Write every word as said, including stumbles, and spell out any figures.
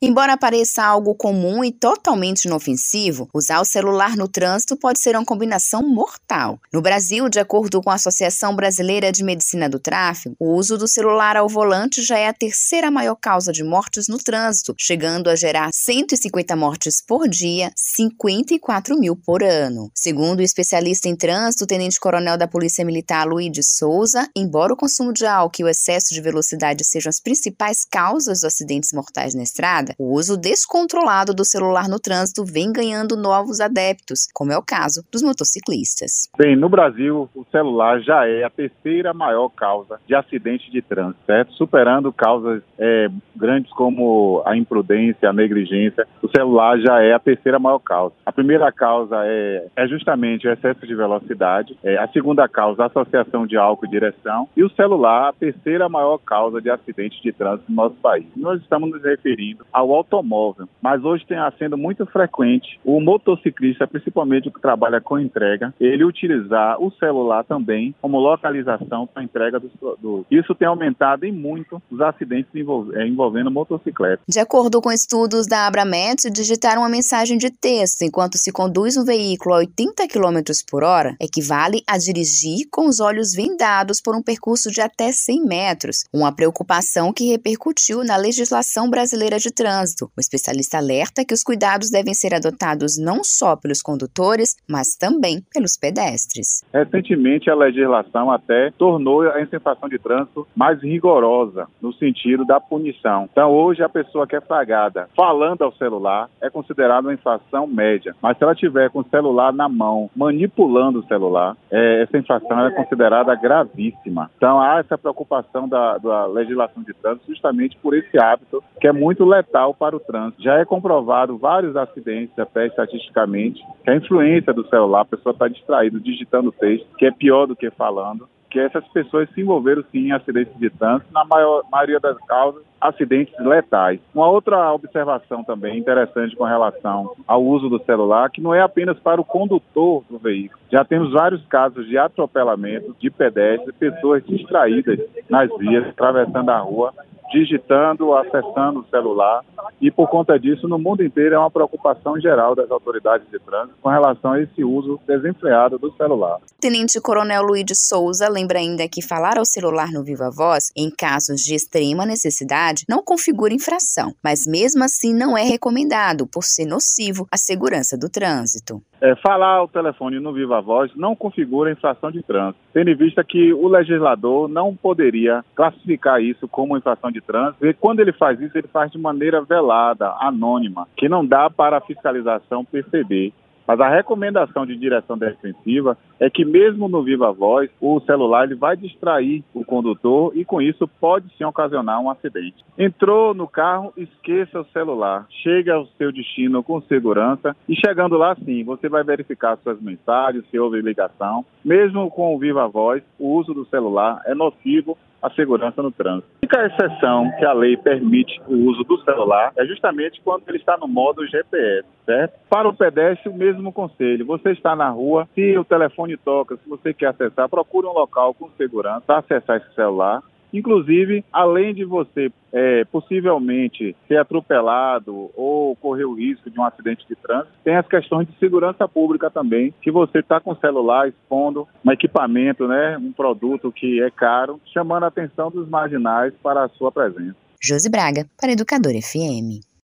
Embora pareça algo comum e totalmente inofensivo, usar o celular no trânsito pode ser uma combinação mortal. No Brasil, de acordo com a Associação Brasileira de Medicina do Tráfego, o uso do celular ao volante já é a terceira maior causa de mortes no trânsito, chegando a gerar cento e cinquenta mortes por dia, cinquenta e quatro mil por ano. Segundo o especialista em trânsito, o tenente-coronel da Polícia Militar Luiz de Souza, embora o consumo de álcool e o excesso de velocidade sejam as principais causas dos acidentes mortais na estrada, o uso descontrolado do celular no trânsito vem ganhando novos adeptos, como é o caso dos motociclistas. Bem, no Brasil, o celular já é a terceira maior causa de acidente de trânsito, certo? Superando causas é, grandes como a imprudência, a negligência, o celular já é a terceira maior causa. A primeira causa é, é justamente o excesso de velocidade, é, a segunda causa, a associação de álcool e direção, e o celular, a terceira maior causa de acidente de trânsito no nosso país. Nós estamos nos referindo ao automóvel, mas hoje tem sendo muito frequente o motociclista, principalmente o que trabalha com entrega, ele utilizar o celular também como localização para a entrega do, do... Isso tem aumentado em muito os acidentes envolv... envolvendo motocicleta. De acordo com estudos da Abramet, digitar uma mensagem de texto enquanto se conduz um veículo a oitenta quilômetros por hora equivale a dirigir com os olhos vendados por um percurso de até cem metros, uma preocupação que repercutiu na legislação brasileira de trânsito. O especialista alerta que os cuidados devem ser adotados não só pelos condutores, mas também pelos pedestres. Recentemente, a legislação até tornou a infração de trânsito mais rigorosa, no sentido da punição. Então, hoje, a pessoa que é flagrada falando ao celular é considerada uma infração média, mas se ela tiver com o celular na mão, manipulando o celular, é, essa infração é considerada gravíssima. Então, há essa preocupação da, da legislação de trânsito justamente por esse hábito que é muito letal para o trânsito. Já é comprovado vários acidentes, até estatisticamente, que a influência do celular, a pessoa está distraída, digitando texto, que é pior do que falando, que essas pessoas se envolveram sim em acidentes de trânsito, na maior, maioria das causas, acidentes letais. Uma outra observação também interessante com relação ao uso do celular, que não é apenas para o condutor do veículo. Já temos vários casos de atropelamento de pedestres, pessoas distraídas nas vias, atravessando a rua, digitando, acessando o celular, e por conta disso, no mundo inteiro, é uma preocupação geral das autoridades de trânsito com relação a esse uso desenfreado do celular. Tenente-coronel Luiz de Souza lembra ainda que falar ao celular no Viva Voz, em casos de extrema necessidade, não configura infração, mas mesmo assim não é recomendado, por ser nocivo à segurança do trânsito. É, falar ao telefone no Viva Voz não configura infração de trânsito, tendo em vista que o legislador não poderia classificar isso como infração de trânsito, e quando ele faz isso, ele faz de maneira velada, anônima, que não dá para a fiscalização perceber. Mas a recomendação de direção defensiva é que mesmo no Viva Voz, o celular ele vai distrair o condutor e com isso pode sim ocasionar um acidente. Entrou no carro, esqueça o celular, chega ao seu destino com segurança e chegando lá sim, você vai verificar suas mensagens, se houve ligação. Mesmo com o Viva Voz, o uso do celular é nocivo à segurança no trânsito. A única exceção que a lei permite o uso do celular é justamente quando ele está no modo G P S, certo? Para o pedestre, o mesmo conselho. Você está na rua, se o telefone toca, se você quer acessar, procure um local com segurança para acessar esse celular. Inclusive, além de você é, possivelmente ser atropelado ou correr o risco de um acidente de trânsito, tem as questões de segurança pública também, que você está com o celular expondo um equipamento, né, um produto que é caro, chamando a atenção dos marginais para a sua presença. Josi Braga, para Educador F M.